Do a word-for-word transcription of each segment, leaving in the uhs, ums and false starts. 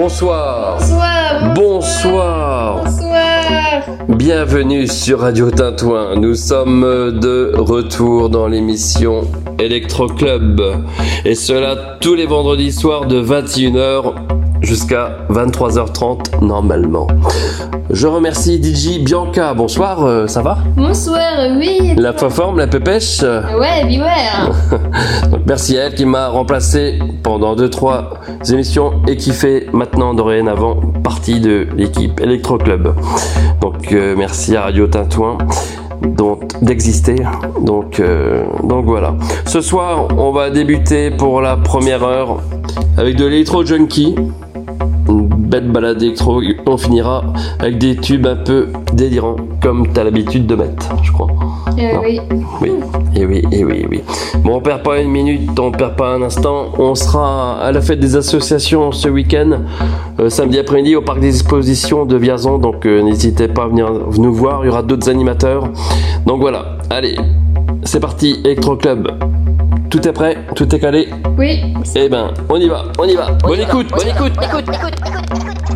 bonsoir. Bonsoir. Bonsoir. Bonsoir. Bienvenue sur Radio Tintouin. Nous sommes de retour dans l'émission Electro Club. Et cela tous les vendredis soirs de vingt et une heures jusqu'à vingt-trois heures trente normalement. Je remercie D J Bianca. Bonsoir, euh, ça va? Bonsoir, oui. La forme, la pépèche? Ouais, beware. Donc merci à elle qui m'a remplacé pendant deux trois émissions et qui fait maintenant dorénavant partie de l'équipe Electro Club. Donc euh, merci à Radio Tintouin donc d'exister. Donc euh, donc voilà. Ce soir, on va débuter pour la première heure avec de l'électro junkie. Une belle balade électro. On finira avec des tubes un peu délirants comme t'as l'habitude de mettre, je crois. Euh, oui. Oui, et oui, et oui, et oui. Bon, on perd pas une minute, on perd pas un instant. On sera à la fête des associations ce week-end, euh, samedi après-midi au parc des expositions de Vierzon. Donc euh, n'hésitez pas à venir nous voir. Il y aura d'autres animateurs. Donc voilà. Allez, c'est parti, Electro Club. Tout est prêt, tout est calé. Oui. Eh ben, on y va, on y va. On Bonne y va, écoute, on bonne y va. écoute. Écoute, écoute, écoute, écoute, écoute.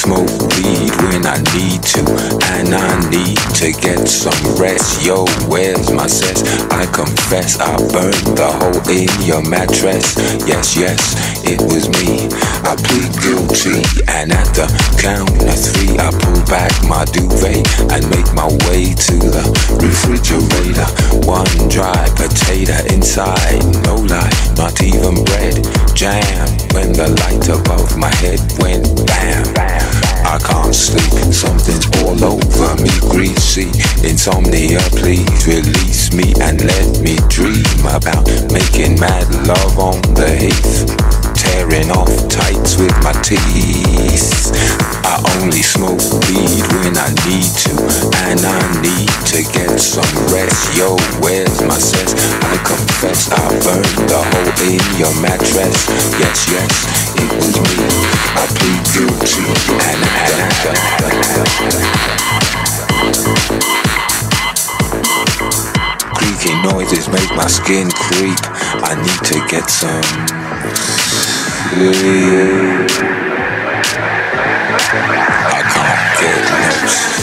smoke weed when I need to, and I need to get some rest. Yo, where's my sense? I confess I burned the hole in your mattress. Yes, yes, it was me. I plead guilty, and at the count of three I pull back my duvet and make my way to the refrigerator. One dry potato inside, no lie, not even bread. Jam when the light above my head went bam. I can't sleep, something's all over me, greasy. Insomnia, please release me and let me dream about making mad love on the heath, tearing off tights with my teeth. I only smoke weed when I need to, and I need to get some rest. Yo, where's my sense? I confess I burned the hole in your mattress. Yes, yes, it was me. I plead guilty, and I, and I, creaky noises make my skin creep. I need to get some sleep. I can't get no sleep.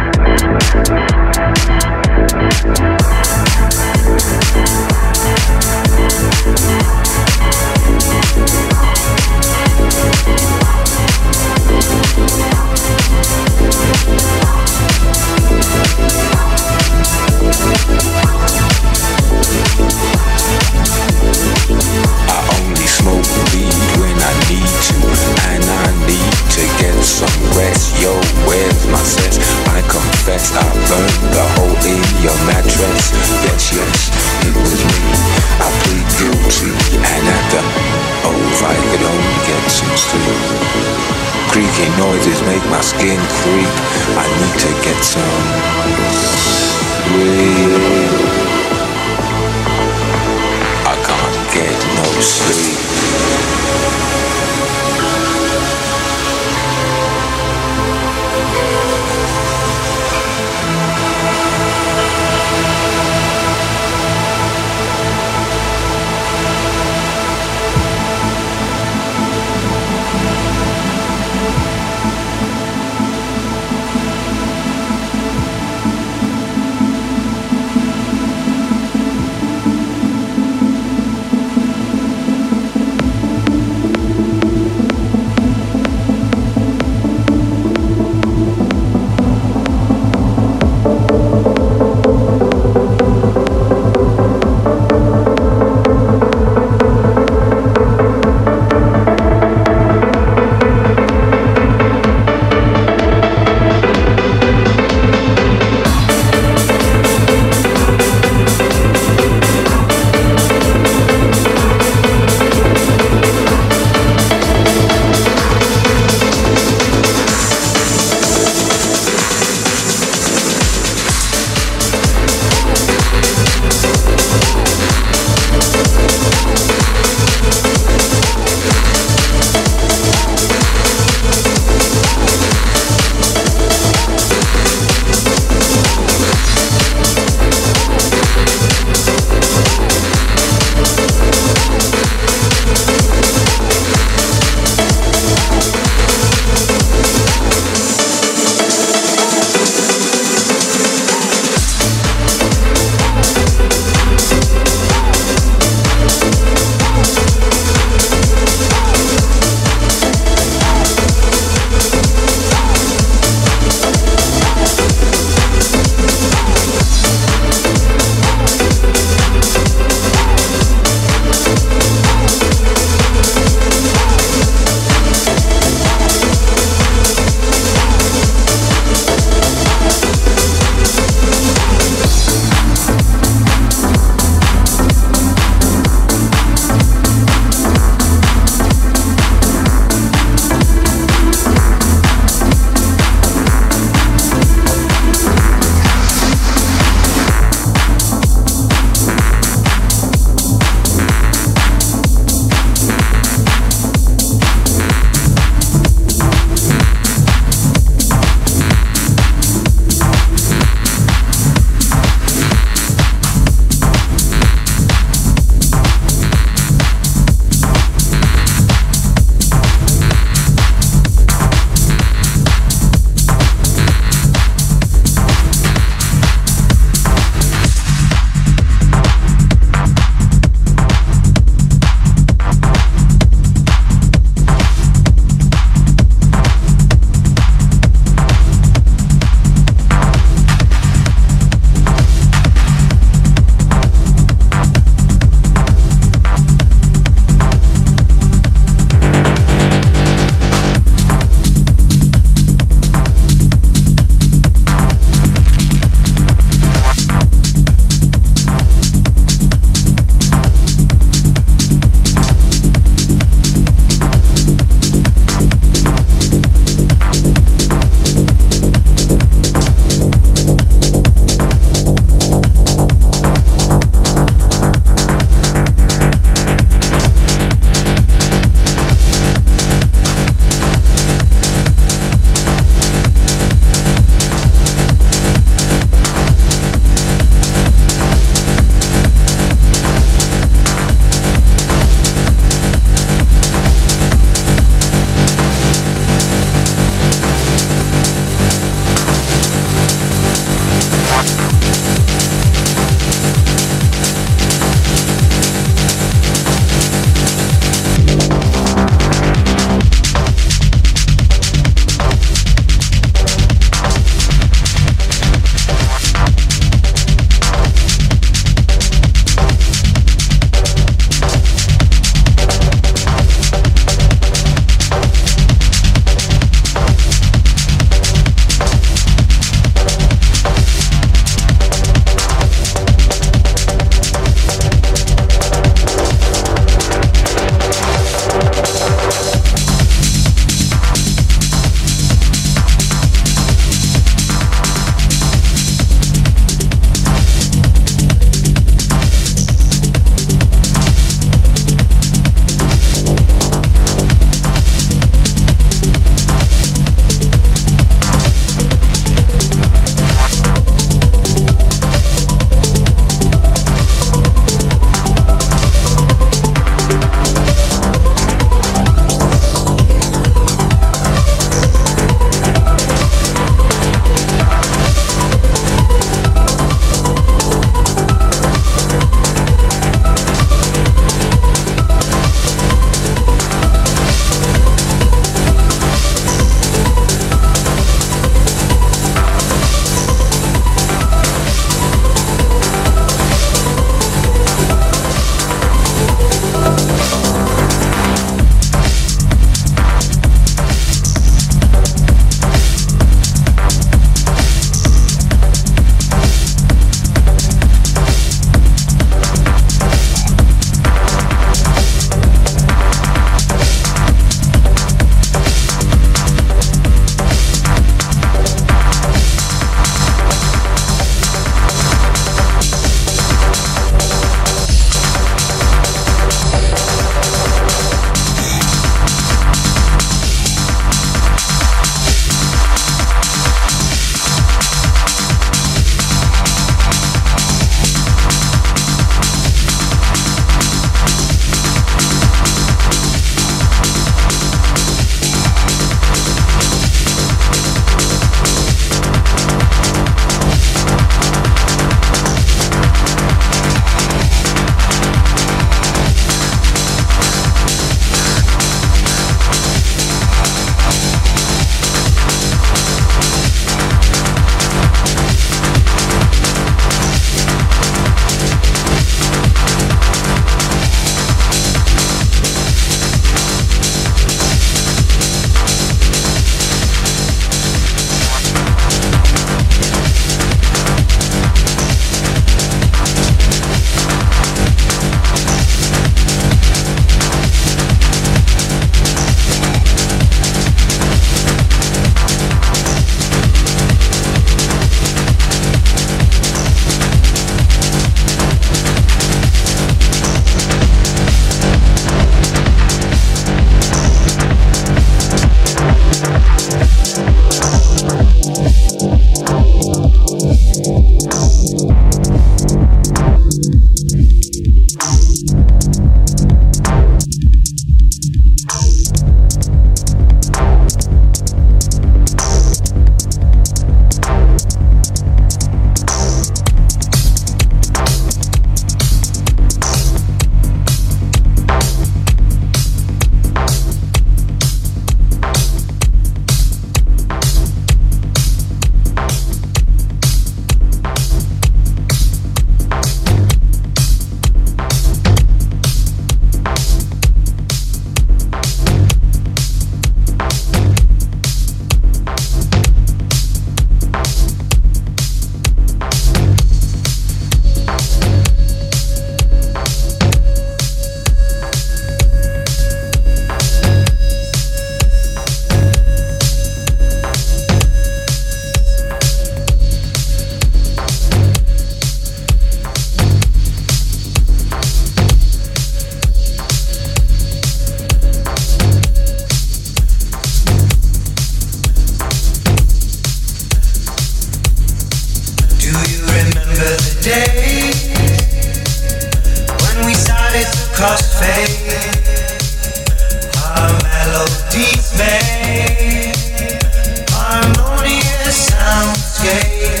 fade. Our melodies made harmonious soundscape.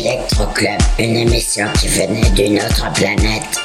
Electro-Club, une émission qui venait d'une autre planète.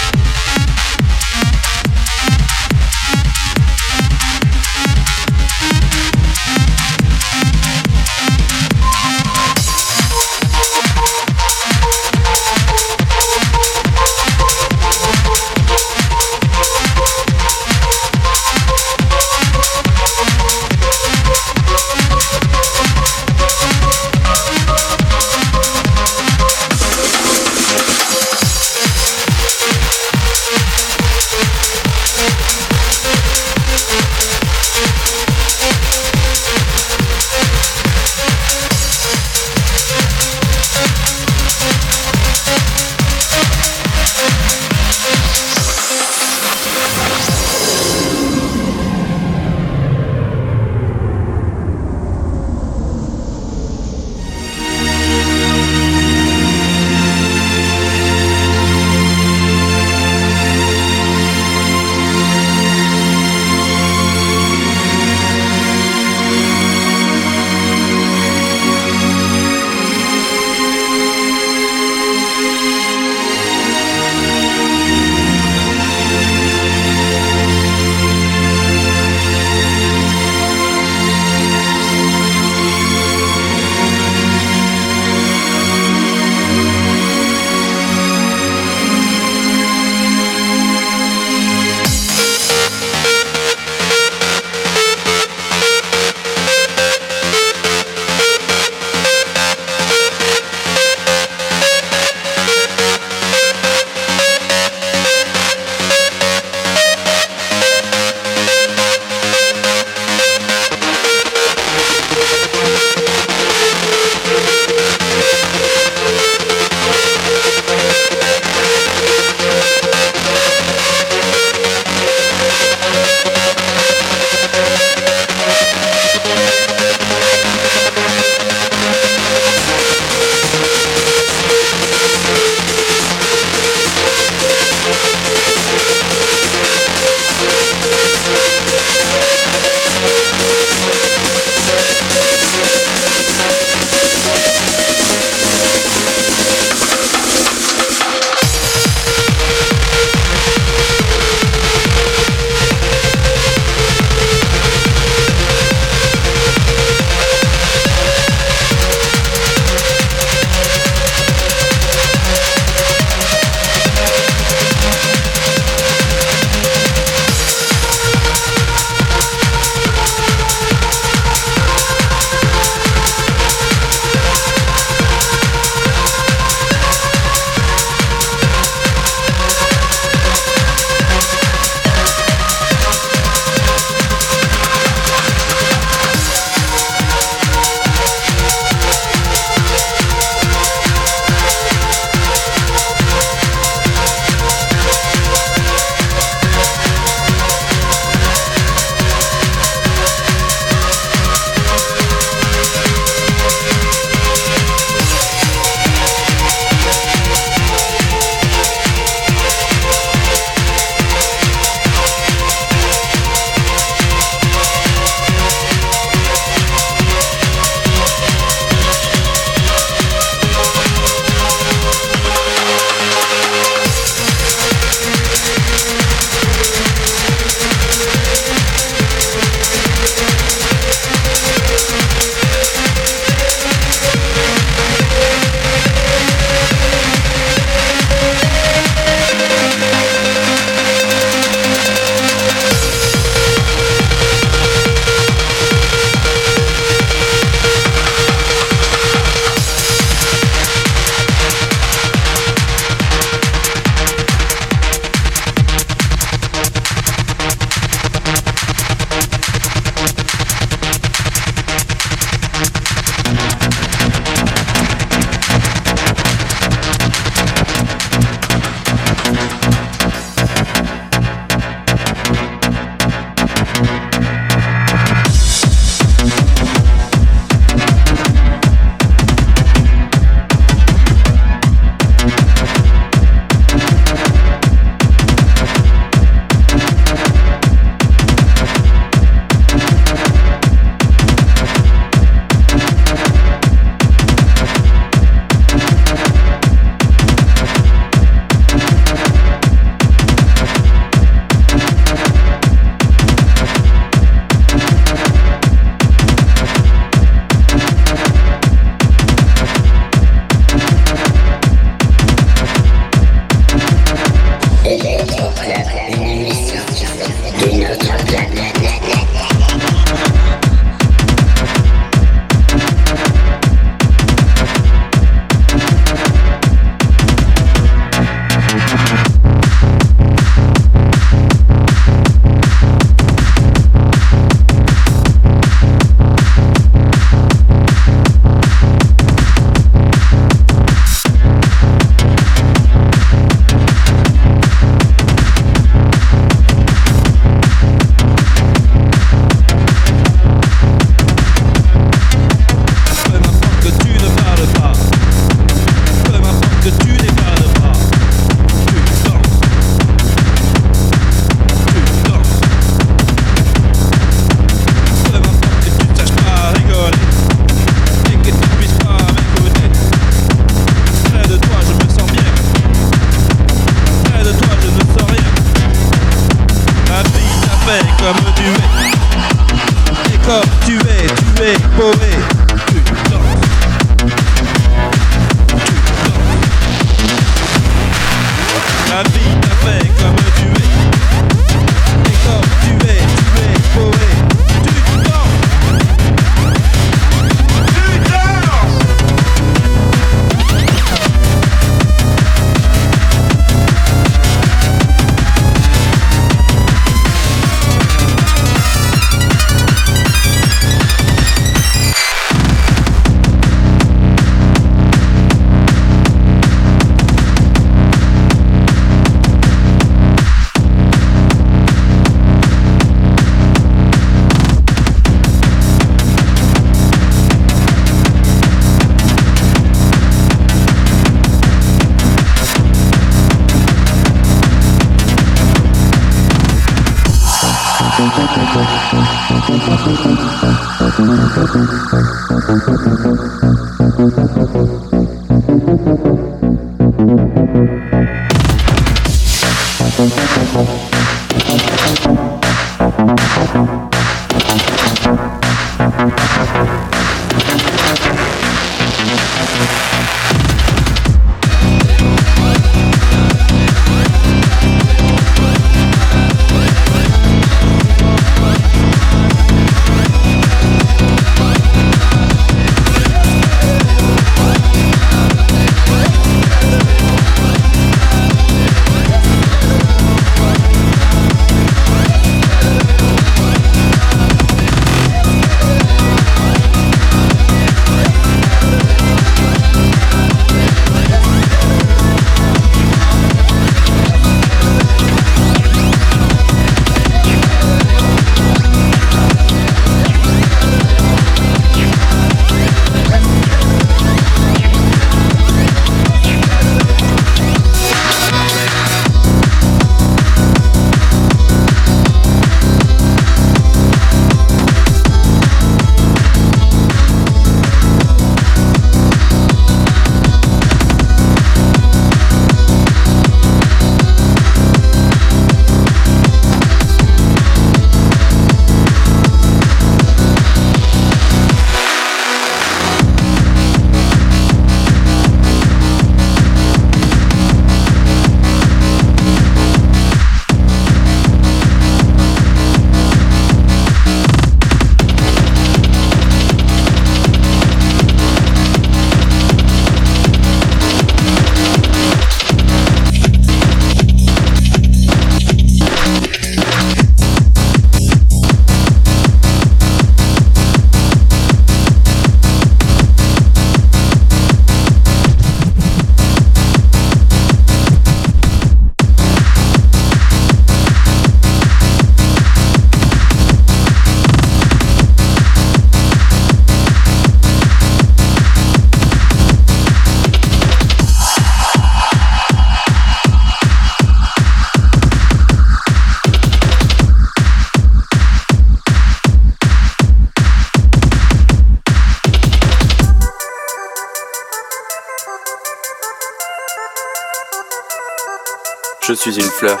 Je suis une fleur.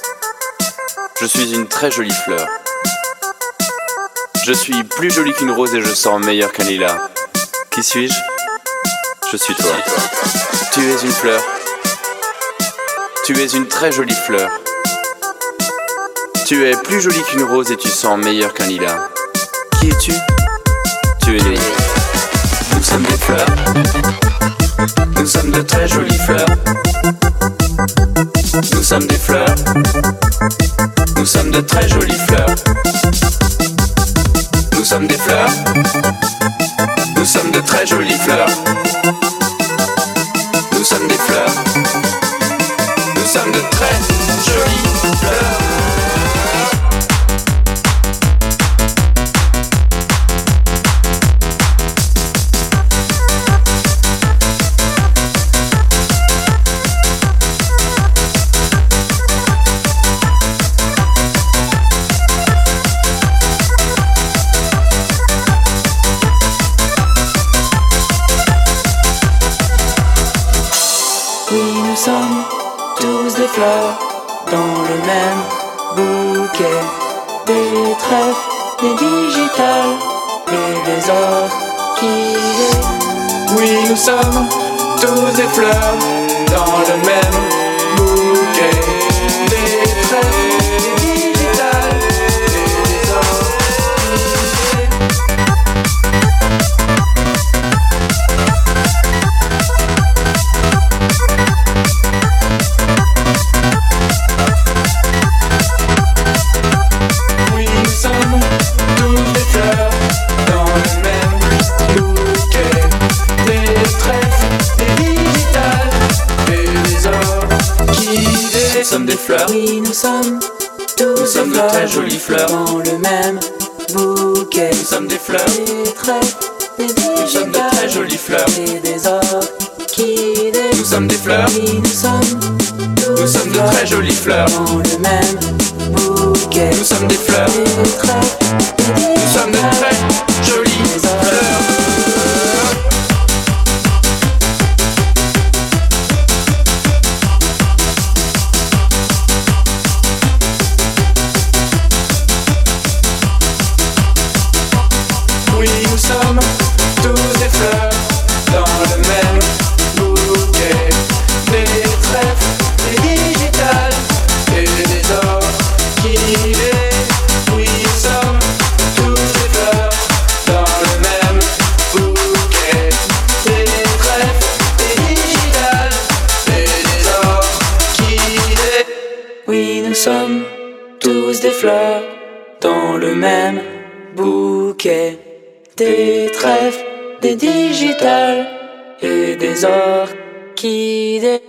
Je suis une très jolie fleur. Je suis plus jolie qu'une rose et je sens meilleur qu'un lilas. Qui suis-je ? Je suis toi. Tu es une fleur. Tu es une très jolie fleur. Tu es plus jolie qu'une rose et tu sens meilleur qu'un lilas. Qui es-tu ? Tu es nuit. Nous sommes des fleurs. Nous sommes de très jolies fleurs. Nous sommes des fleurs. Nous sommes de très jolies fleurs. Nous sommes des fleurs. Nous sommes de très jolies fleurs. Nous sommes des fleurs. Nous sommes de très jolies fleurs. Nous sommes tous des fleurs dans le même bouquet, des trèfles, des digitales et des orchidées. Oui, nous sommes tous des fleurs dans le même bouquet, des trèfles, des digitales et des orchidées. Nous sommes des fleurs, oui nous sommes tous nous sommes des de fleurs très jolies fleurs dans le même bouquet. Nous sommes des fleurs, des trèfles, des nous sommes de très jolies fleurs et des orchidées. Nous sommes des fleurs, oui nous sommes tous nous sommes de très jolies fleurs dans le même bouquet. bouquets. Nous sommes des fleurs, Des trèfles, des nous sommes de très jolies fleurs. Oui, nous sommes tous des fleurs dans le même bouquet. Des trèfles, des digitales et des orchidées. Oui, nous sommes tous des fleurs dans le même bouquet. Des trèfles, des digitales et des orchidées. Oui, nous sommes tous des fleurs dans le même bouquet. Des trèfles, des digitales et des orchidées.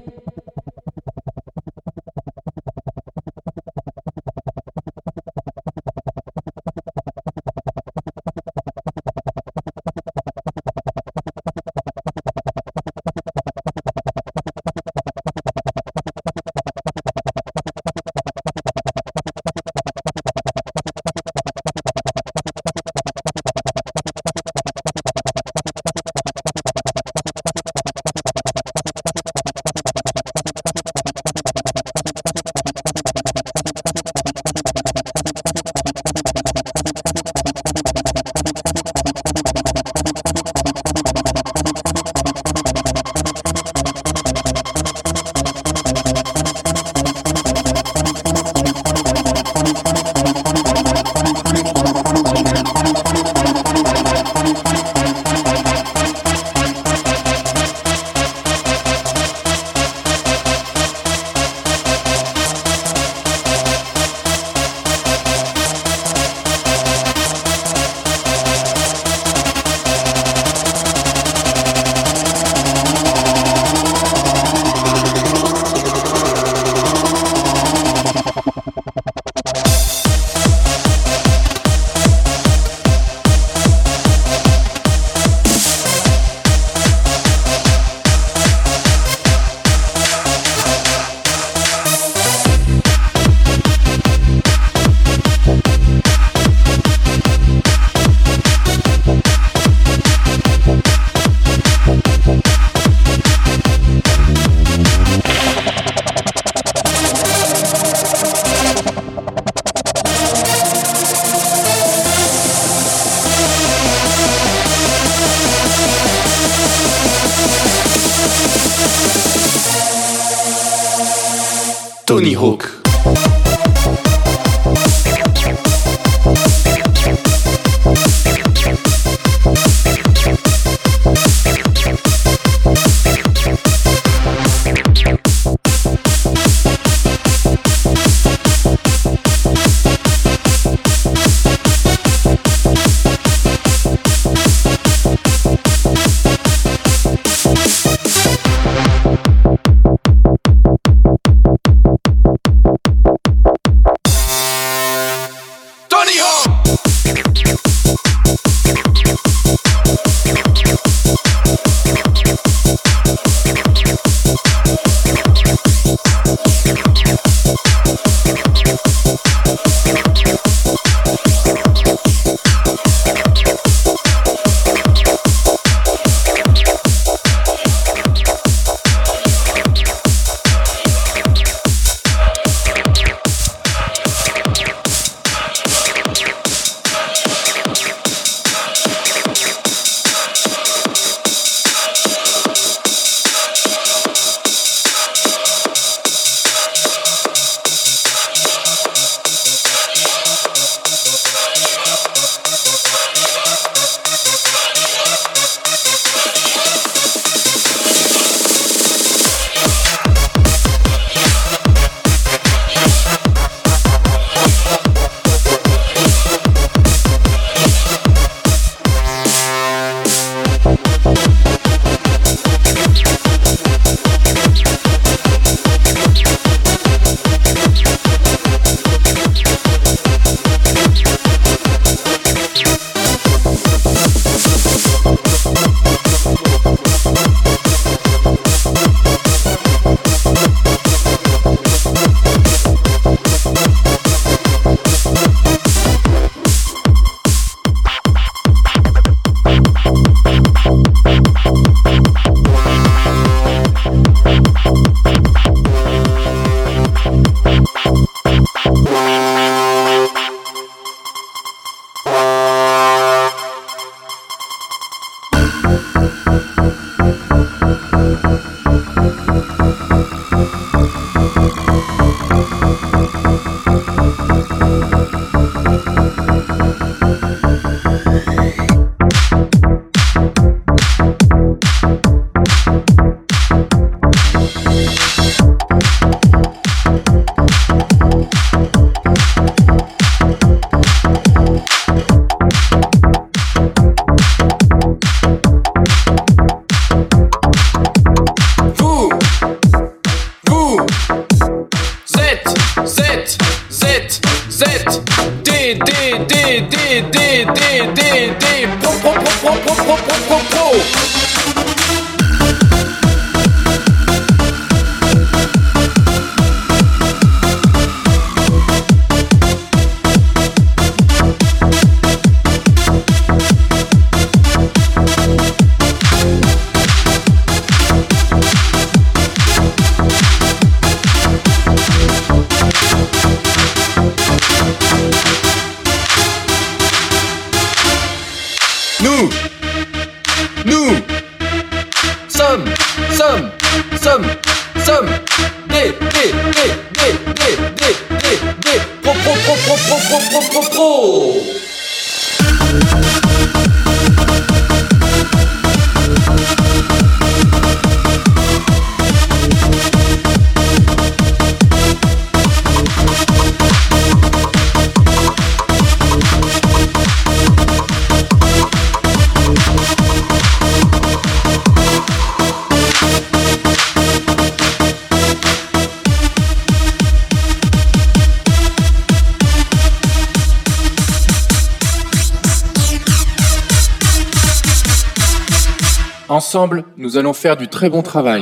Tony Hawk. nous. Z, Z, Z, Z, D, D, D, D, D, D, D, D, pro, pro, pro, pro, pro, pro, pro, pro, pro. Nous, nous sommes, sommes, sommes, sommes des, des, des, des, des, des, des, des, pro, pro, pro, pro, pro, pro, pro, pro, pro. Ensemble, nous allons faire du très bon travail.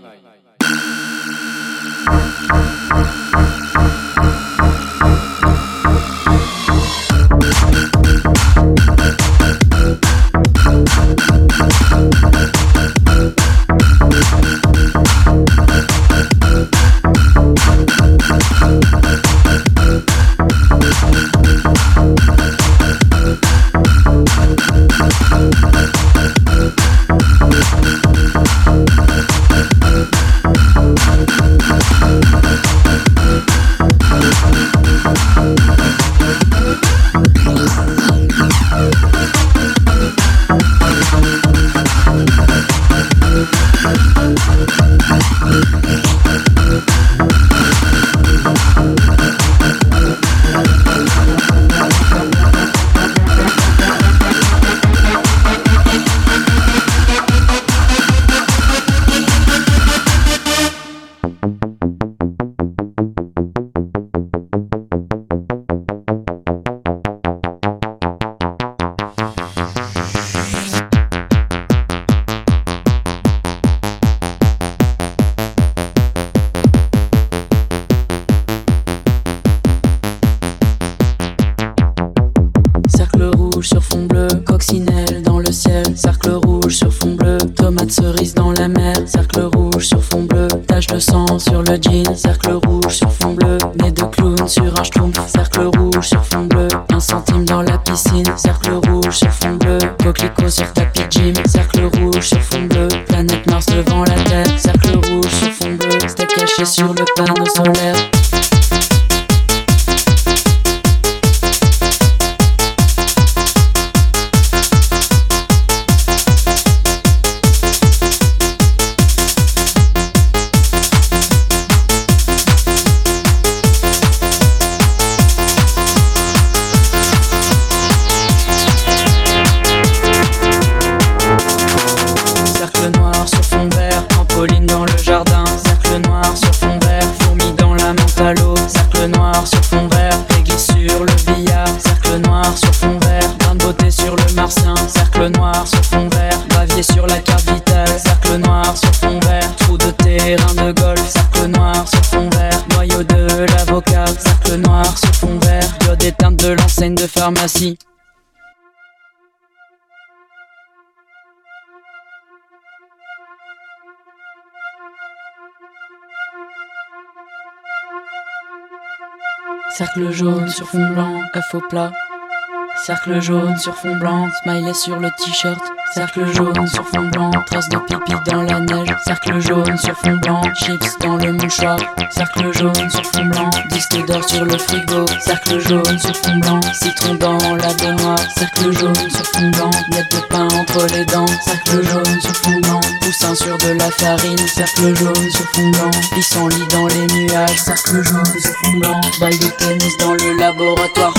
Sur fond bleu, coccinelle dans le ciel, cercle rouge sur fond bleu, tomate cerise dans la mer, cercle rouge sur fond bleu, tache de sang sur le jean, cercle rouge sur fond bleu, nez de clown sur un schtroumpf, cercle rouge sur fond bleu, un centime dans la piscine, cercle rouge sur fond bleu, coquelicot sur tapis gym, cercle rouge sur fond bleu, planète Mars devant la Terre, cercle rouge sur fond bleu, steak caché sur le panneau solaire. De pharmacie. Cercle jaune sur fond blanc, œuf au plat. Cercle jaune sur fond blanc, smiley sur le t-shirt. Cercle jaune sur fond blanc, trace de pipi dans la neige. Cercle jaune sur fond blanc, chips dans le mouchoir. Cercle jaune sur fond blanc, disque d'or sur le frigo. Cercle jaune sur fond blanc, citron dans la baignoire. Cercle jaune sur fond blanc, miette de pain entre les dents. Cercle jaune sur fond blanc, poussin sur de la farine. Cercle jaune sur fond blanc, pissenlit dans les nuages. Cercle jaune sur fond blanc, balle de tennis dans le laboratoire.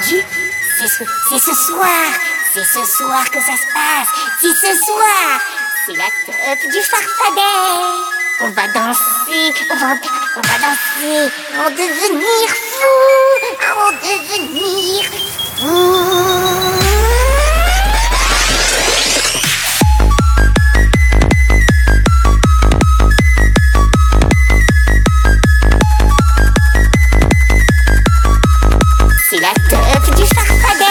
entendu? C'est ce, c'est ce soir, c'est ce soir que ça se passe, c'est ce soir, c'est la teuf du Farfadet. On va danser, on va, on va danser, en devenir fou, en devenir fou. C'est la teuf du Farfadet.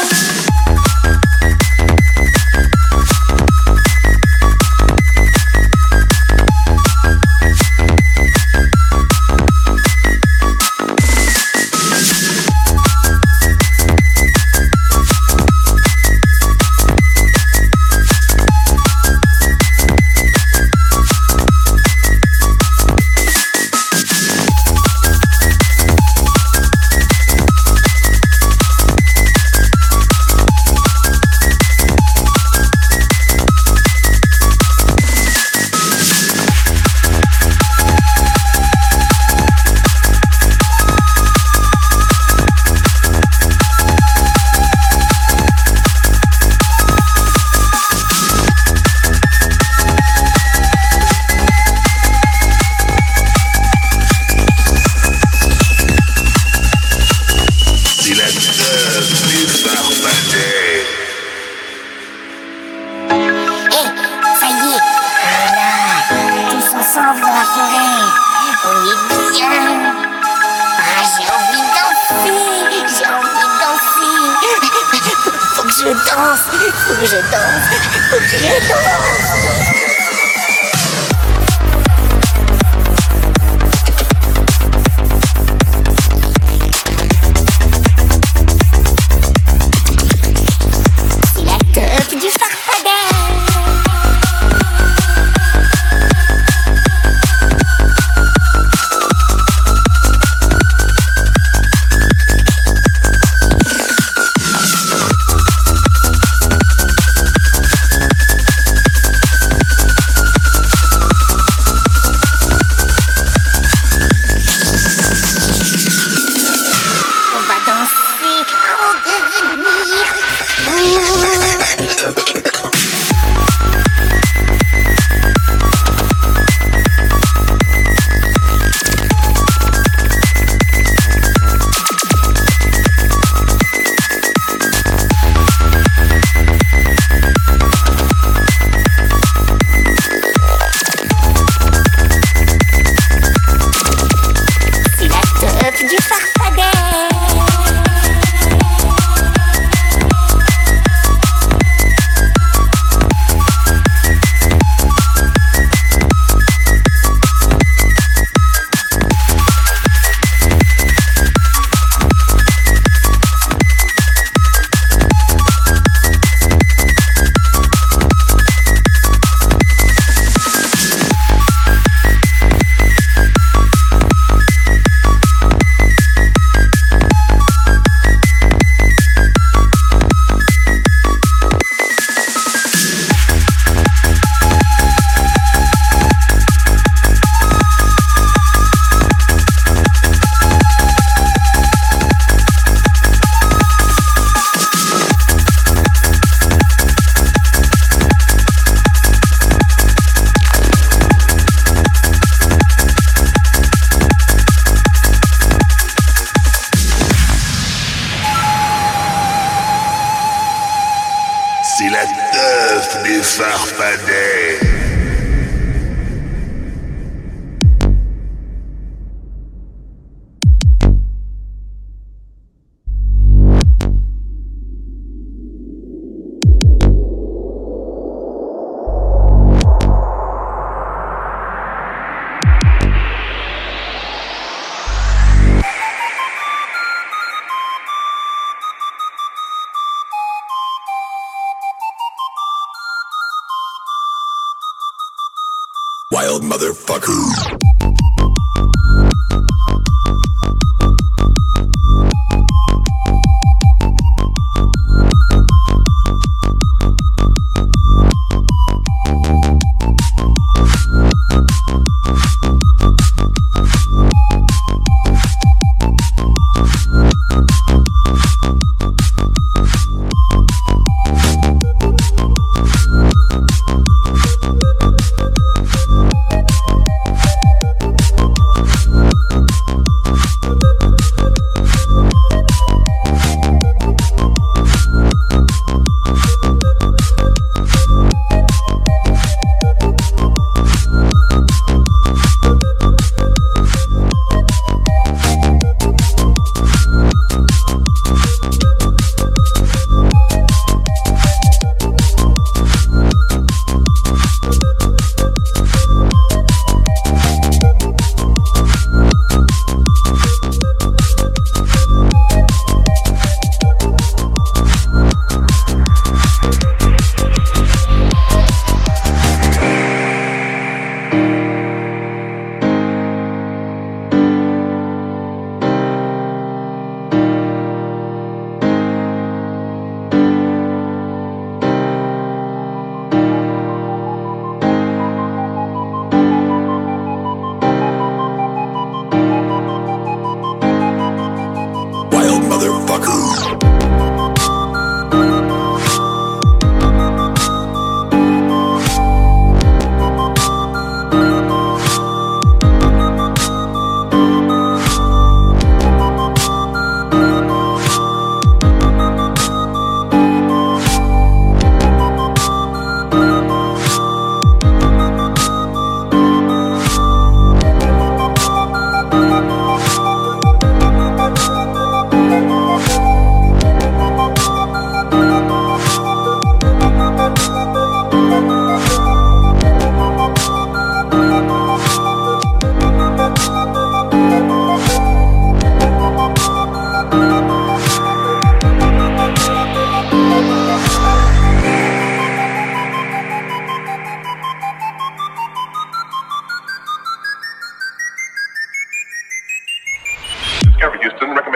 Wild motherfucker.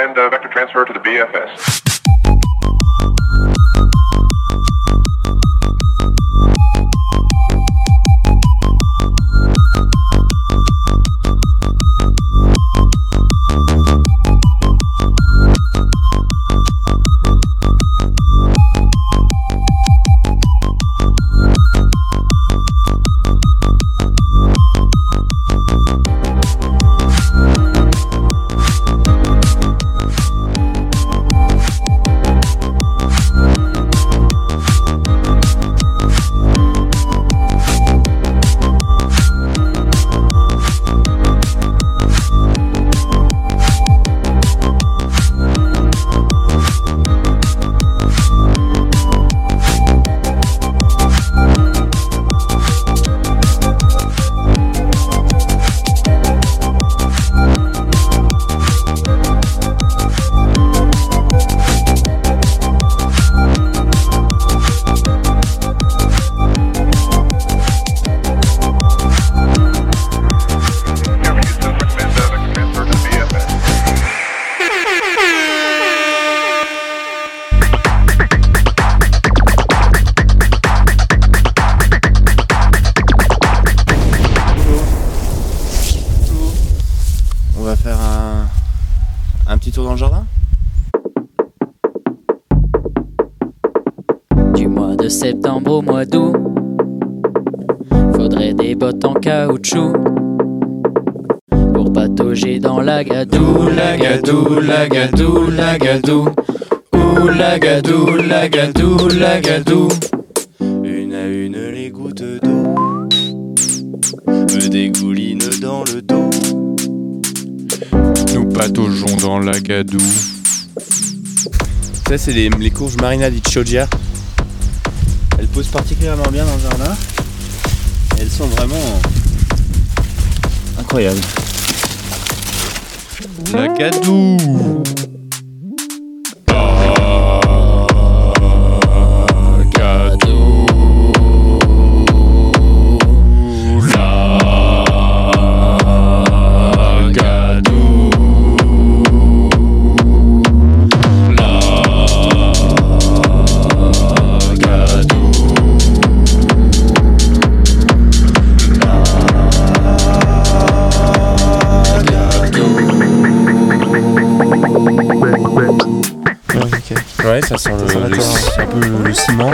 recommend uh, vector transfer to the B F S. Septembre au mois d'août, faudrait des bottes en caoutchouc pour patauger dans la gadoue, la gadoue, la gadoue, la gadoue, ouh la gadoue, la gadoue, la gadoue. Une à une les gouttes d'eau me dégoulinent dans le dos. Nous pataugeons dans la gadoue. Ça c'est les, les courges Marina di Chioggia. Elles poussent particulièrement bien dans le jardin. Elles sont vraiment incroyables. La gadoue. Ouais, ça sent le, le, le, un peu le, le ciment.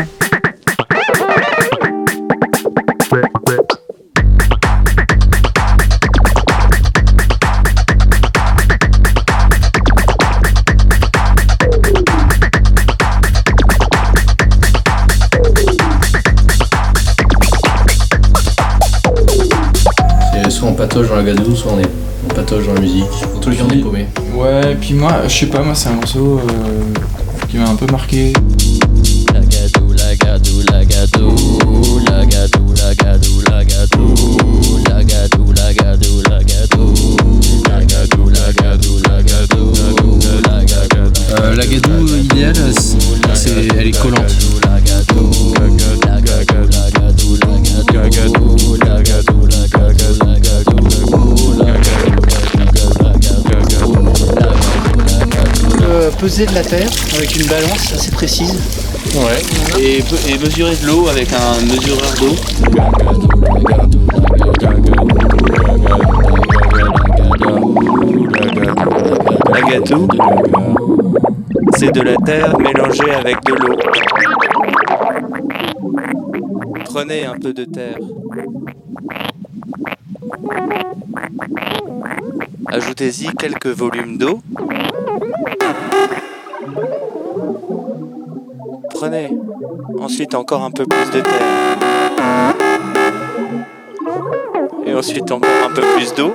C'est soit on patauge dans la gadoue, soit on, est, on patauge dans la musique. Dans tous les cas, on est paumé. Ouais, et puis moi, je sais pas, moi c'est un morceau euh, qui m'a un peu marqué. La gadoue, la gadoue, la gadoue, la gadoue, la gadoue, la gadoue, la gadoue, la gadoue, la gadoue, la gadoue, la gadoue, la gadoue, la gadoue. Euh, la gadoue idéale, c'est, elle est collante. La gadoue, la gadoue, la gadoue, la gadoue, la gadoue, la gadoue, la gadoue, la Euh, peser de la terre avec une balance assez précise. Ouais. Et, et mesurer de l'eau avec un mesureur d'eau. La gadoue, c'est de la terre mélangée avec de l'eau. Prenez un peu de terre. Ajoutez-y quelques volumes d'eau. Prenez ensuite encore un peu plus de terre. Et ensuite encore un peu plus d'eau.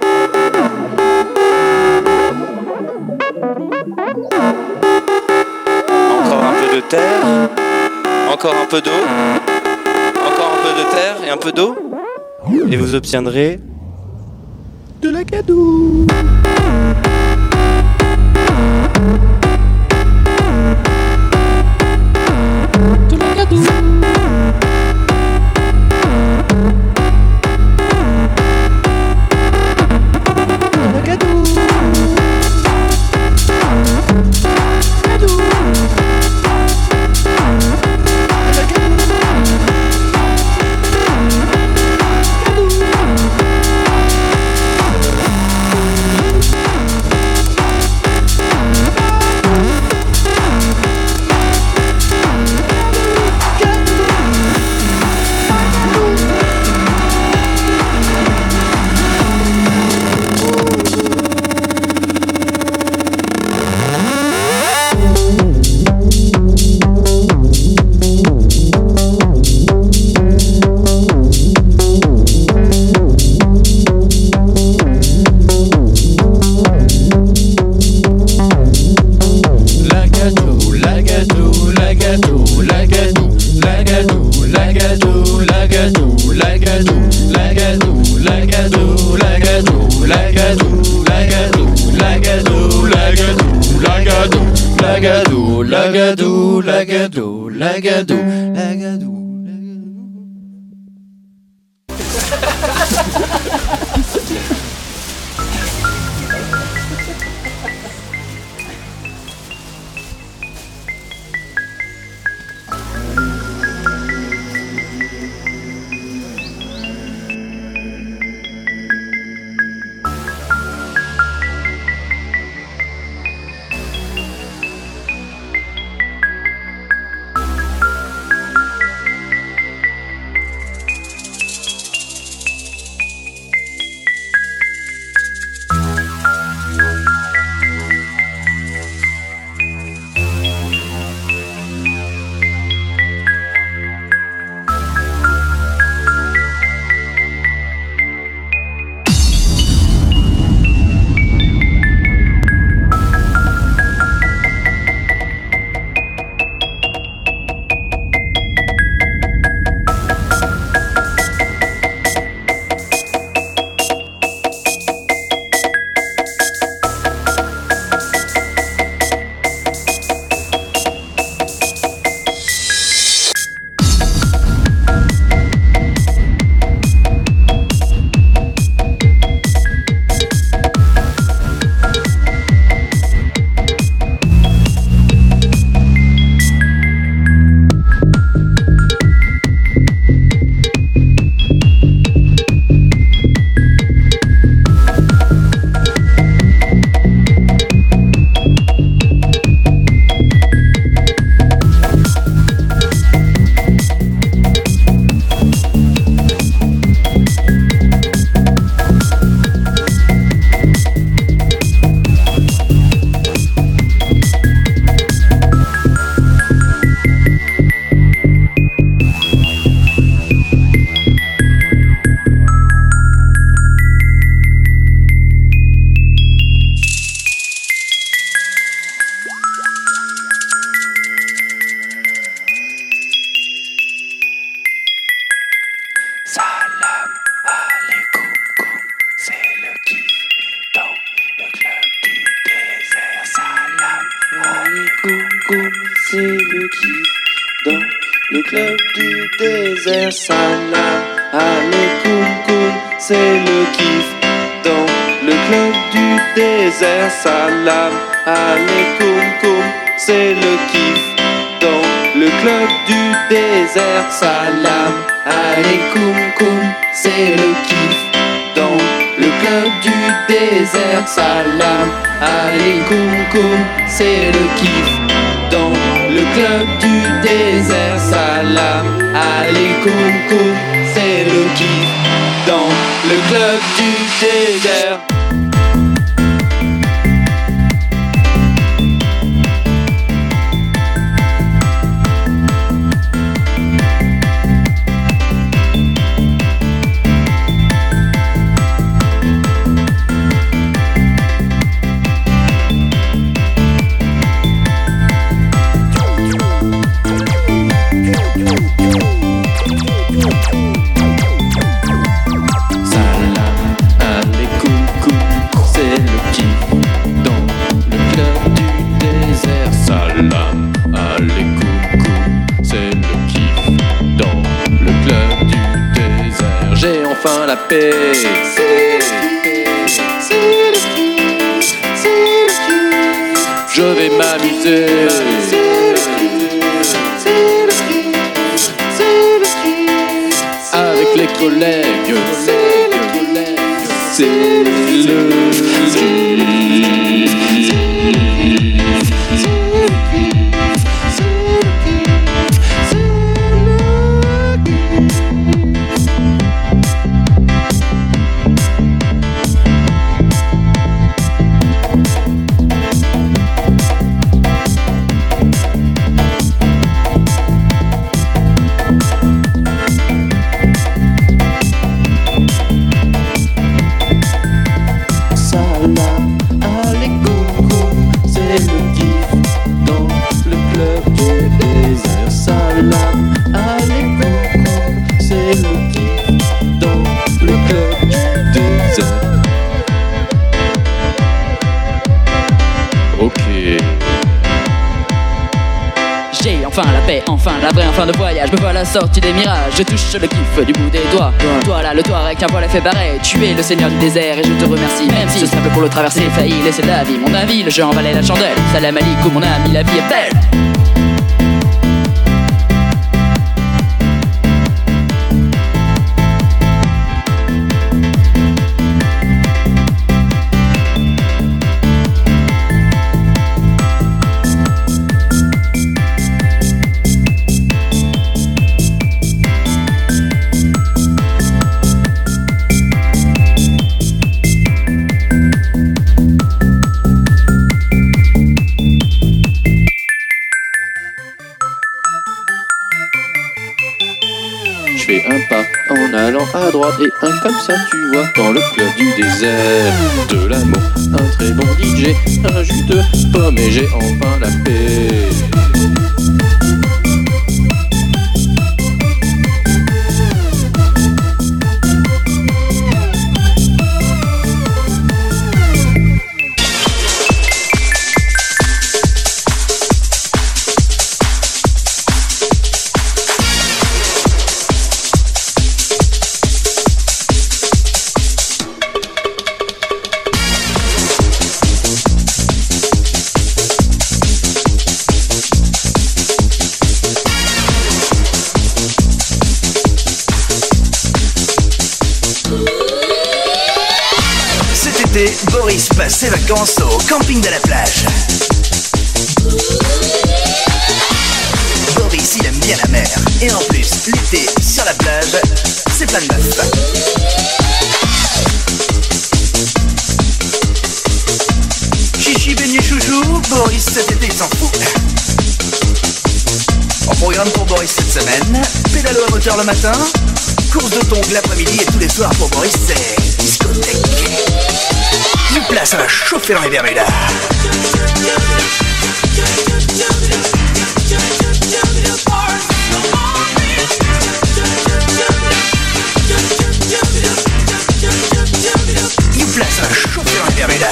Encore un peu de terre. Encore un peu d'eau. Encore un peu de terre et un peu d'eau. Et vous obtiendrez de la gadoue. De la gadoue. De la gadoue. la gadou, la gadou, la gadou, la gadou, la gadou, la gadou, la gadou, la gadou, la gadou, la gadou, la gadou, la gadou. Salam, alaikum, koum, c'est le kiff dans le club du désert. Salam, alaikum, koum, c'est le kiff dans le club du désert. Salam, alaikum, koum, c'est le kiff dans le club du désert. Salam, alaikum, koum, c'est le kiff dans le club du désert. Salam, alaikum, koum, c'est le kiff dans le club du désert. Enfin la paix. C'est le kiff, c'est le kiff, c'est le kiff. Je vais m'amuser. C'est le kiff, c'est le kiff, c'est le kiff. Avec les collègues. C'est le collègue. C'est le Salam, désert. Ok. J'ai enfin la paix, enfin la vraie, enfin de voyage. Me voilà sorti des mirages, je touche le kiff du bout des doigts. Toi là, le toit avec un poil a fait barrer. Tu es le seigneur du désert et je te remercie. Même si ce simple pour le traverser, failli laisser la vie. Mon avis, le jeu en valait la chandelle. Salam alaikum mon ami, la vie est belle. Je fais un pas en allant à droite et un comme ça tu vois dans le club du désert. De l'amour, un très bon D J, un jus de pomme et j'ai enfin la paix. Boris passe ses vacances au camping de la plage. Boris, il aime bien la mer. Et en plus, l'été, sur la plage, c'est plein de meufs. Chichi, beignet, chouchou, Boris cet été il s'en fout. En programme pour Boris cette semaine, pédalo à moteur le matin, course de tongs l'après-midi et tous les soirs pour Boris c'est discothèque. Une place, ça va chauffer dans les Bermudas. Une place, ça va chauffer dans les Bermudas.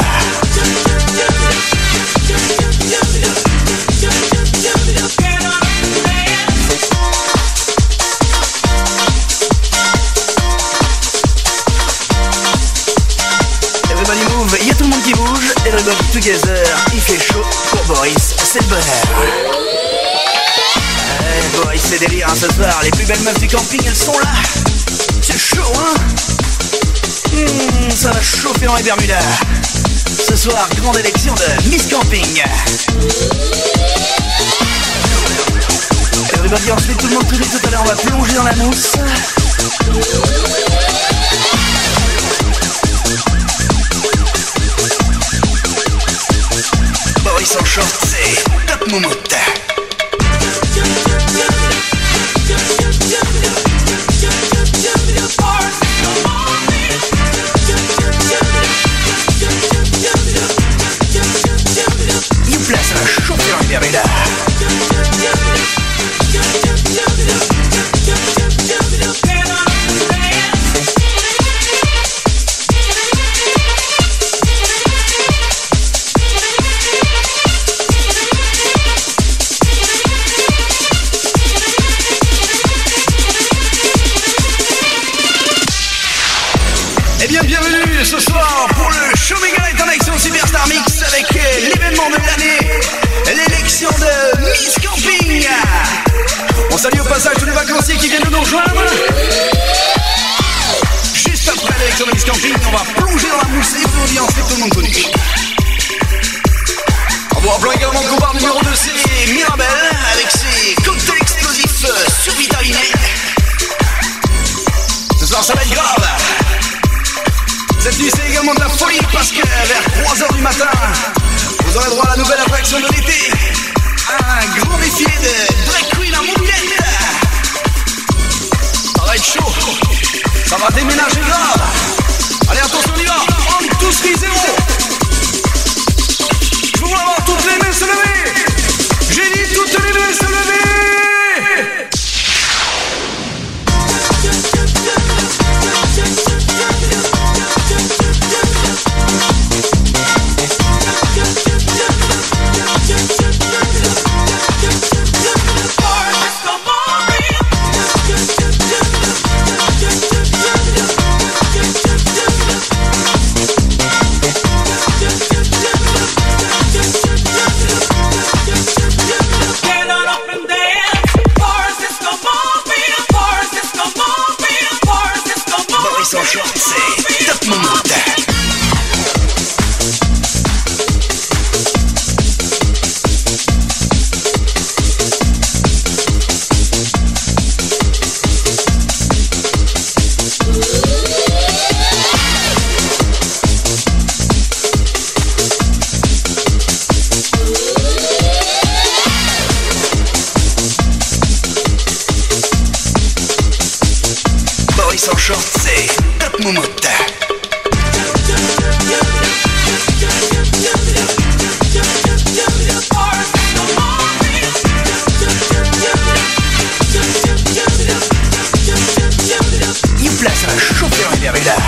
Il y a tout le monde qui bouge, everybody together, il fait chaud, pour Boris, c'est le bonheur. Eh, Boris, c'est délire hein, ce soir, les plus belles meufs du camping, elles sont là. C'est chaud, hein mmh, ça va chauffer dans les Bermudas. Ce soir, grande élection de Miss Camping. Everybody, ensuite, tout le monde tout vite, tout à l'heure, on va plonger dans la mousse. Boris en short, c'est top moumoute. You place à la chauffer dans les Bermudas. Ce soir pour le Show Megalite en action Superstar Mix avec l'événement de l'année, l'élection de Miss Camping. On salue au passage tous les vacanciers qui viennent de nous rejoindre. Juste après l'élection de Miss Camping, on va plonger dans la mousse et vous audience que tout le monde connaît. On vous rappelle également qu'on part numéro deux, c'est Mirabelle avec ses cocktails explosifs survitaminés. Ce soir ça va être grave. Cette nuit c'est également de la folie parce que vers trois heures du matin, vous aurez droit à la nouvelle attraction de l'été. Un grand défilé de drag queen en mobilette. Ça va être chaud, ça va déménager grave. Allez attention on y va, on tous crie zéro. Je veux voir toutes les mains se lever. J'ai dit toutes les mains se lever. Boys en short, c'est top moment. Boys en short, c'est top moment. Il place un chauffeur énervé là.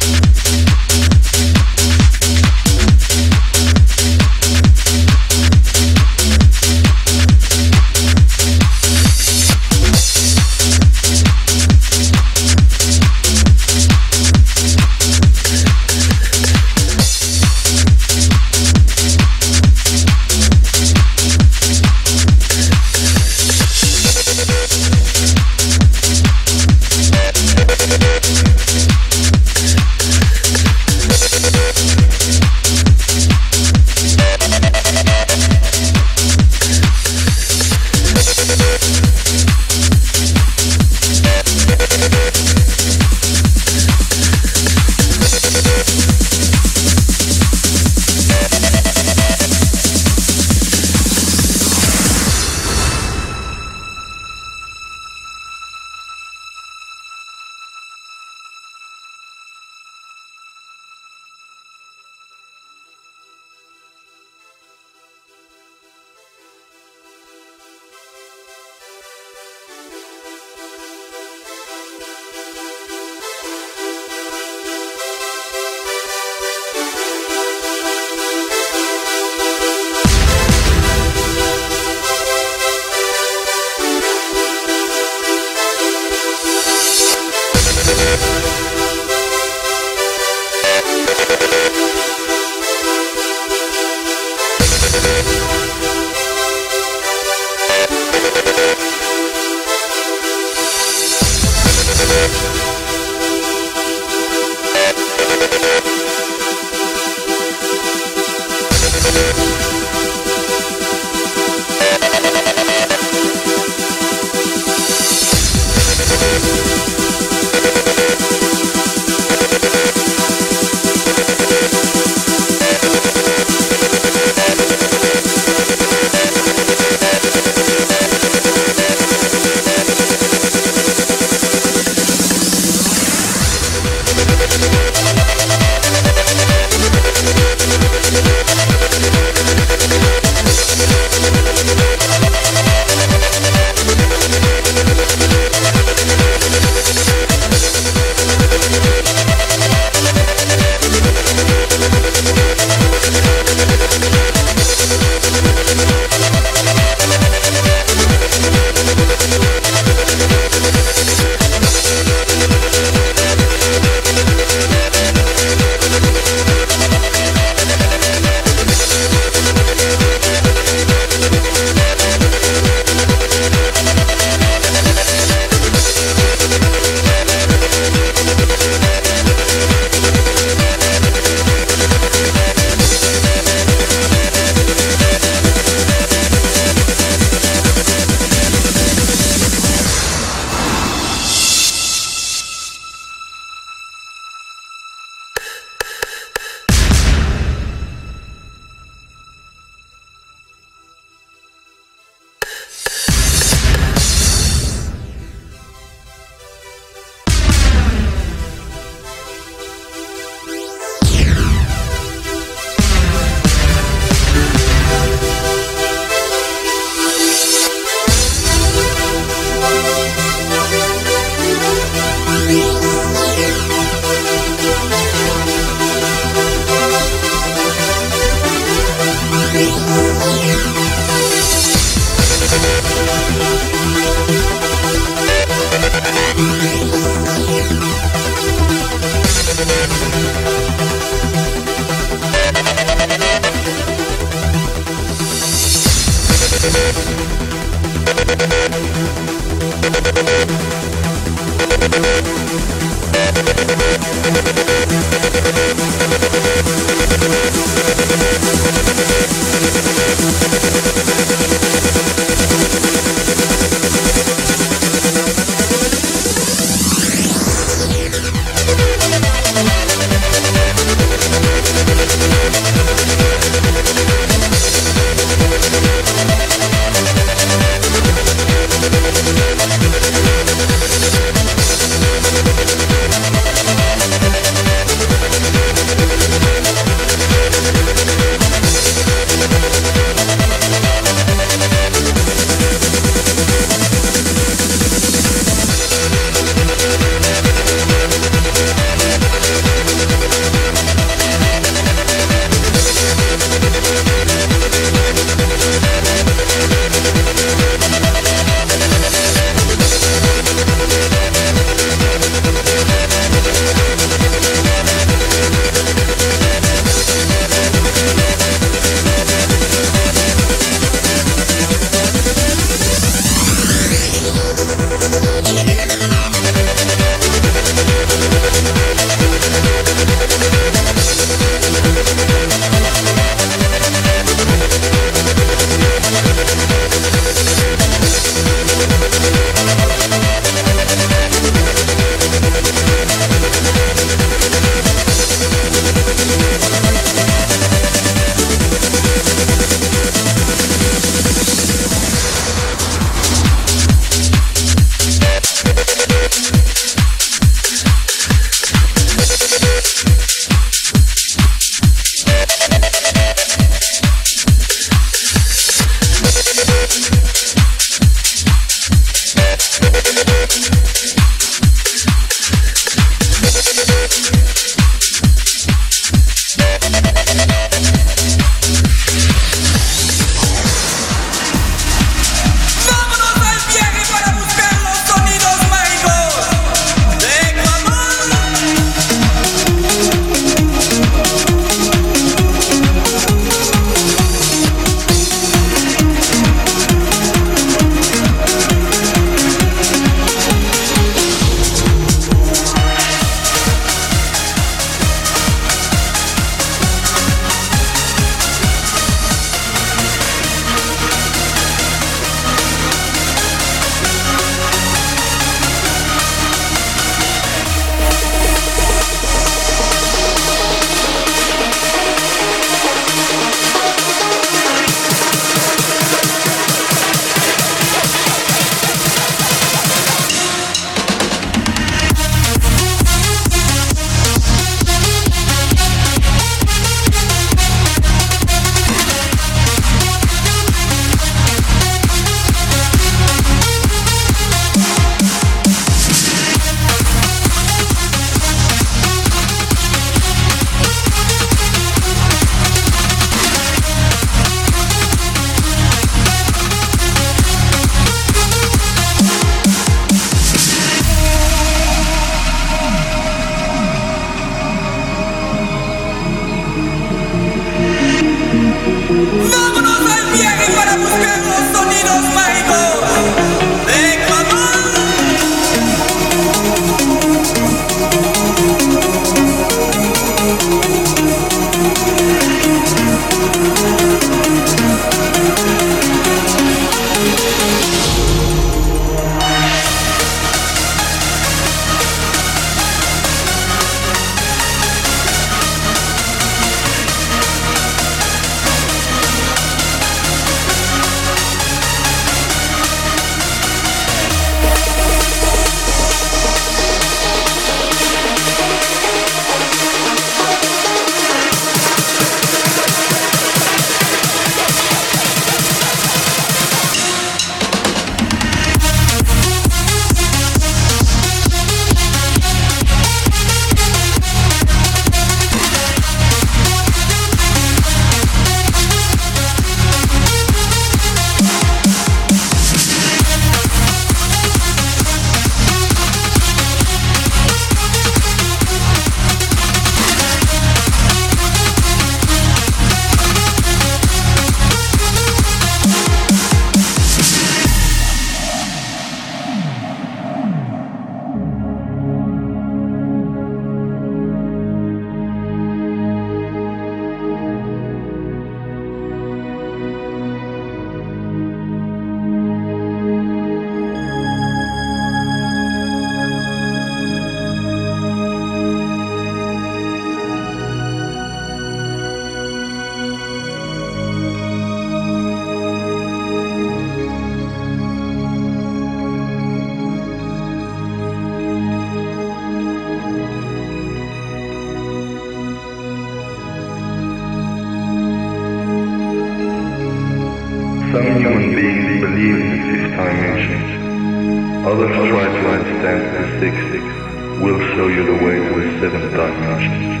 dimensions. Others try to understand the sixth. We'll show you the way to the seventh dimension.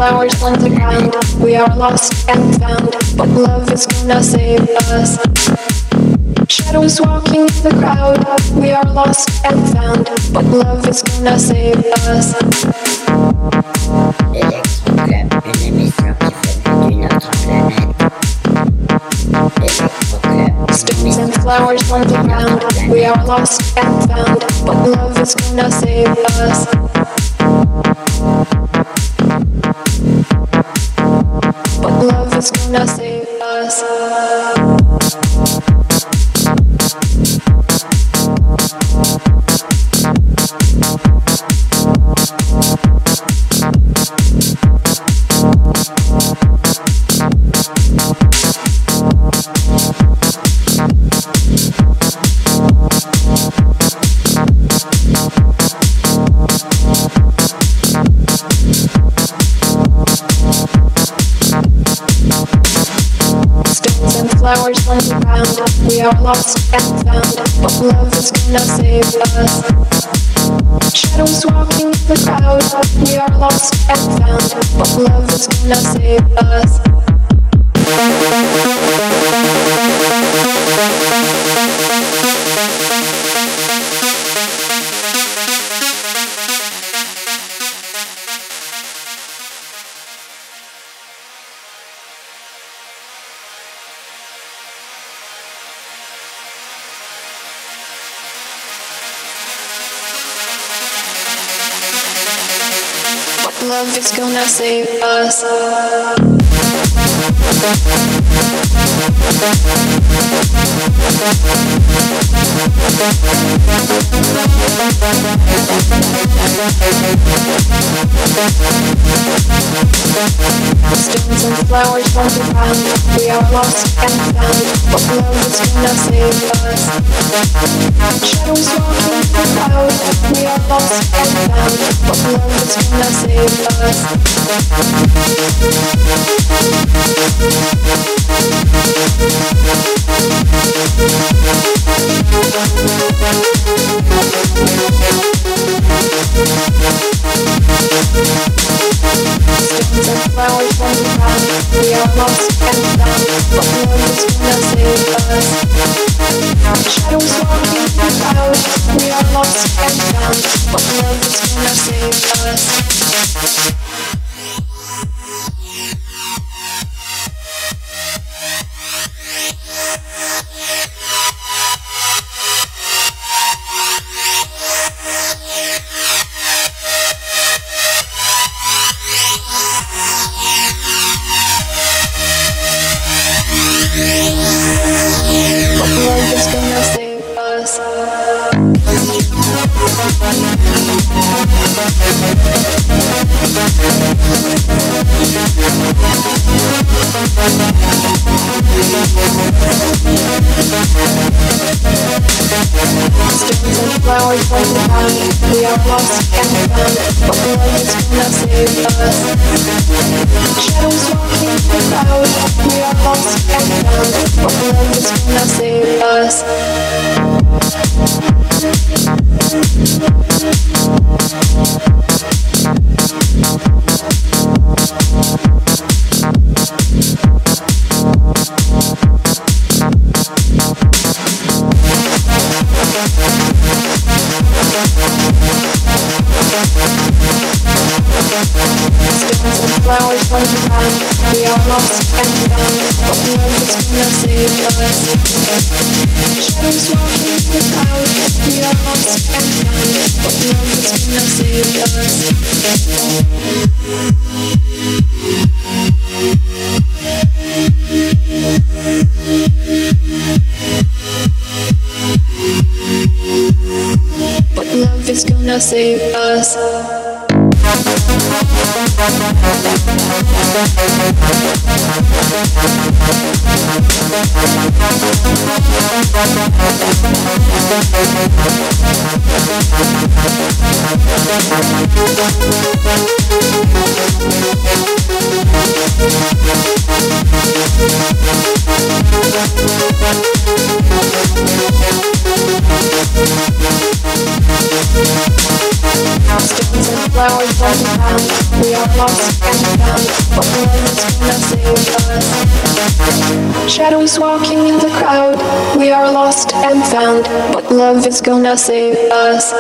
flowers on the ground. We are lost and found, but love is gonna save us. Shadows walking in the crowd. We are lost and found, but love is gonna save us. Electroclub, une émission qui venait d'une autre planète. Electroclub. Stones and flowers on the ground. We are lost and found, but love is gonna save us. But love is gonna save us. Flowers on the ground. We are lost and found, but love is gonna save us. Shadows walking in the crowd. We are lost and found, but love is gonna save us. Love is gonna save us. Stones and flowers on the ground. We are lost and found, but love is gonna save us. Shadows walking in the crowd. We are lost and found, but love is gonna save us. Stones and flowers on the ground. We are lost and found, but love is gonna save us. Shadows walking in the crowd. We are lost and found, but love is gonna save us. Stones and flowers on the ground. We are lost and found, but love is gonna save us. Shadows walking in the crowd. We are lost and found, but love is gonna save us. Stones and flowers on the ground. We are lost and found, but love is gonna save us. Shadows walking in the crowd. We are lost and found, but love is gonna save us. But love is gonna save us. Stones and flowers on the found. We are lost and found, but love is gonna save us. Shadows walking in the crowd. We are lost and found, but love is gonna save us.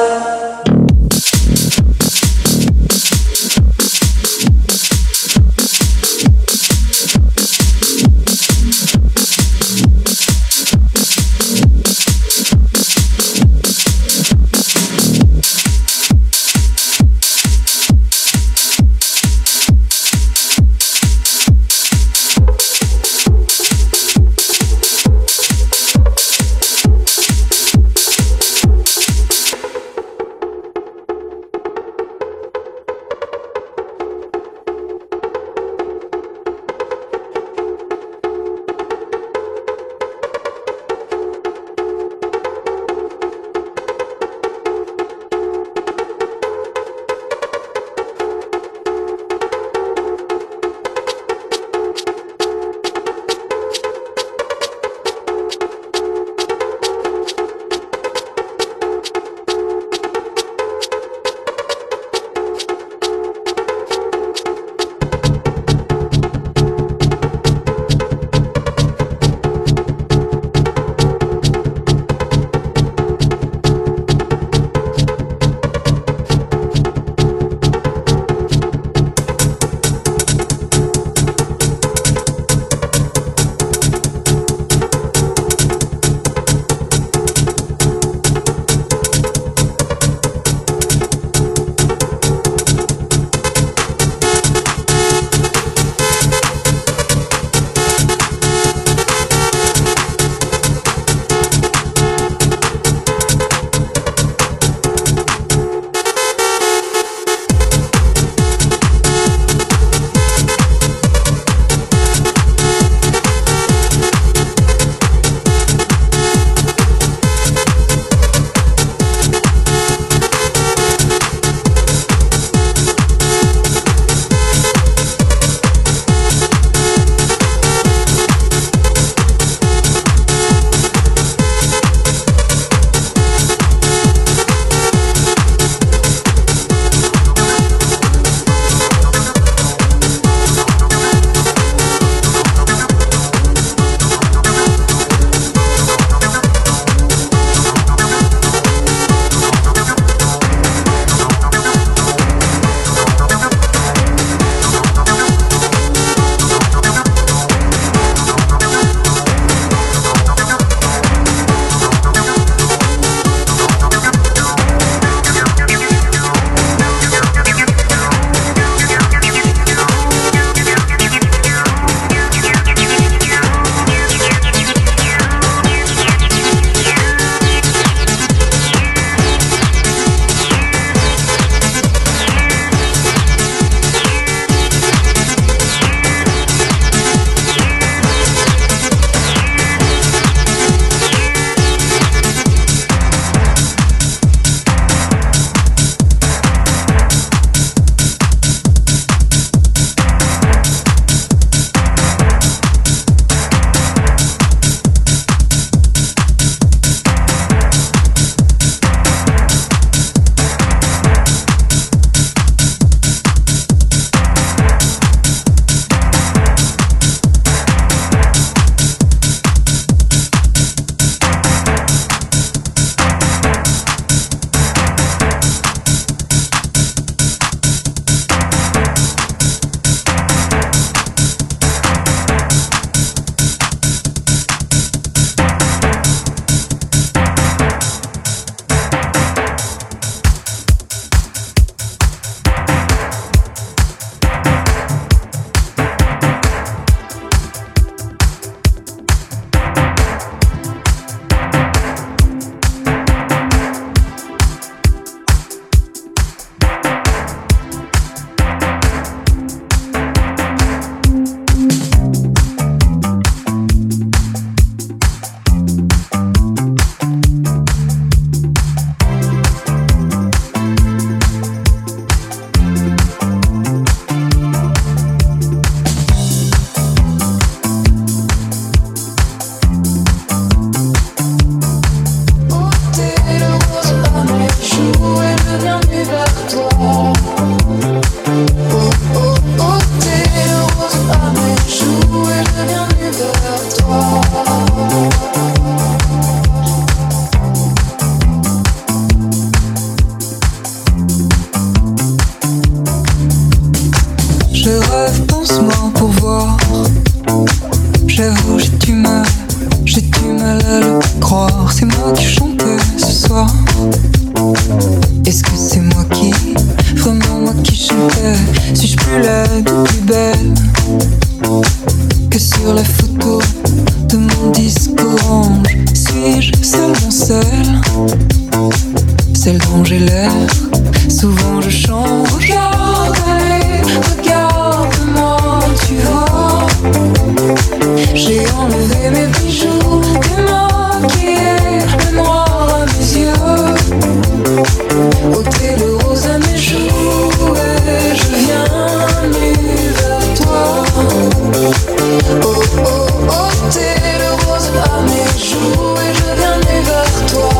c'est moi qui chantais ce soir? Est-ce que c'est moi qui, vraiment moi qui chantais? Suis-je plus laide ou plus belle que sur la photo de mon disque orange? Suis-je seulement celle, celle dont j'ai l'air? Souvent je chante. Regarde, allez, regarde-moi, tu vois. J'ai enlevé mes bijoux, démaquillé le noir à mes yeux, ôté le rose à mes joues, et je viens nu vers toi. Oh oh, ôté le rose à mes joues, et je viens nu vers toi.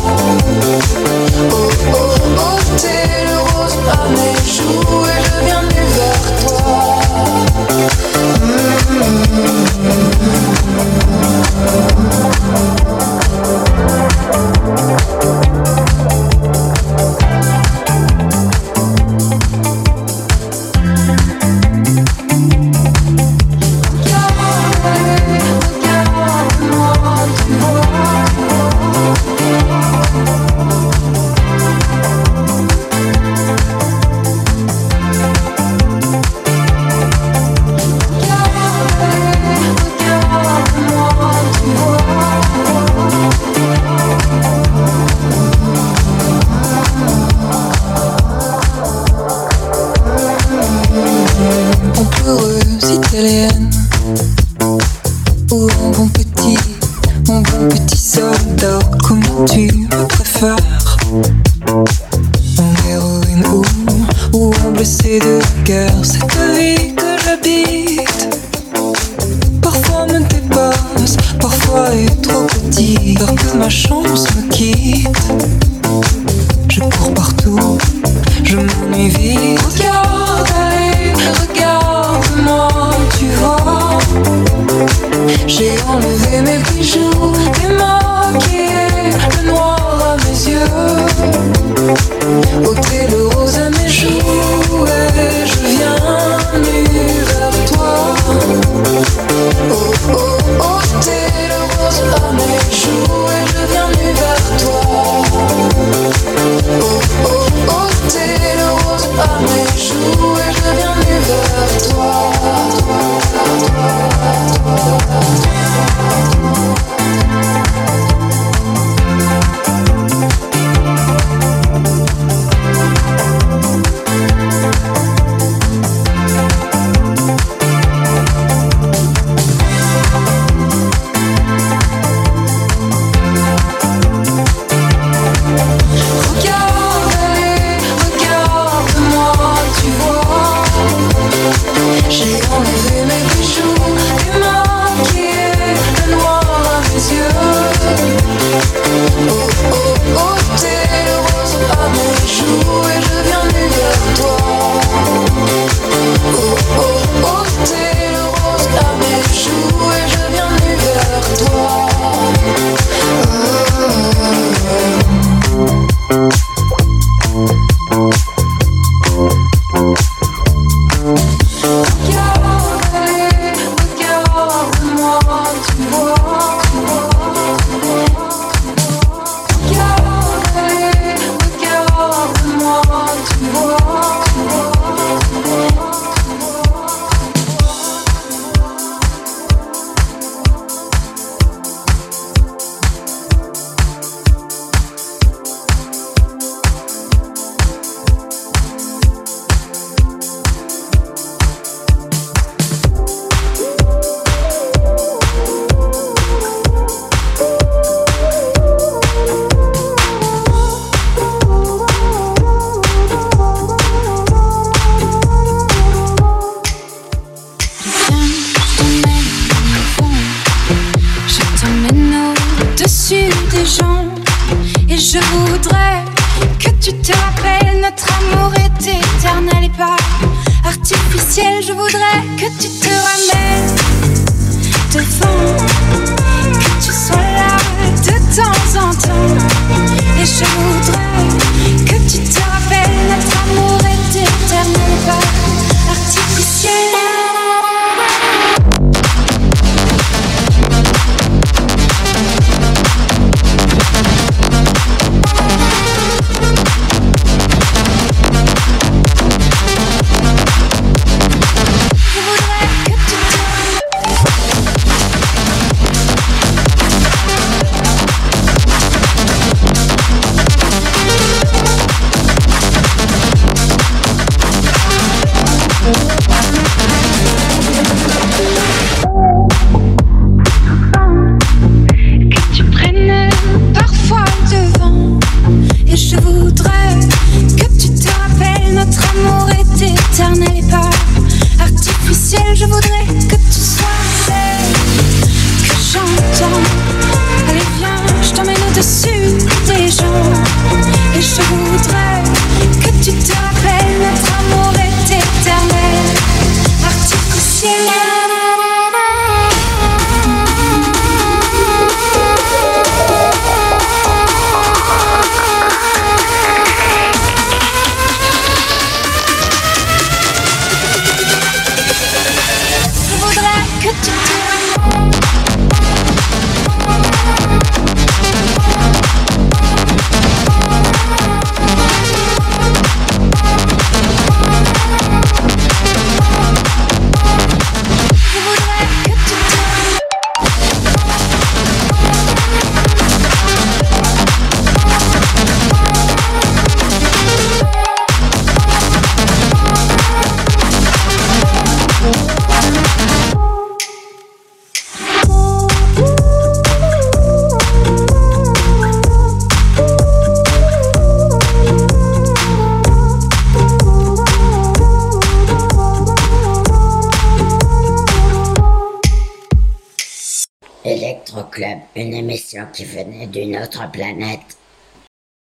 Oh oh, ôté le rose à mes joues, et je viens nu vers toi. Empereuse italienne, ou un bon petit, mon bon petit soldat, comment tu me préfères? En héroïne ou, ou en blessé de guerre, cette vie que j'habite parfois me dépasse, parfois est trop petite, peur que ma chance me quitte. Je cours partout, je m'ennuie vite. Regarde, allez, regarde-moi, tu vois. J'ai enlevé mes bijoux, démaquillé le noir à mes yeux, ôté le rose à mes joues, et je viens nu vers toi. Oh oh, ôté le rose à mes joues, et je viens nu vers toi. Oh oh, ôté le rose à mes joues, et je viens nu vers toi. Je voudrais que tu te ramènes devant, que tu sois là de temps en temps. Et je voudrais que tu te rappelles, notre amour est éternel, pas artificiel. Electro Club, une émission qui venait d'une autre planète.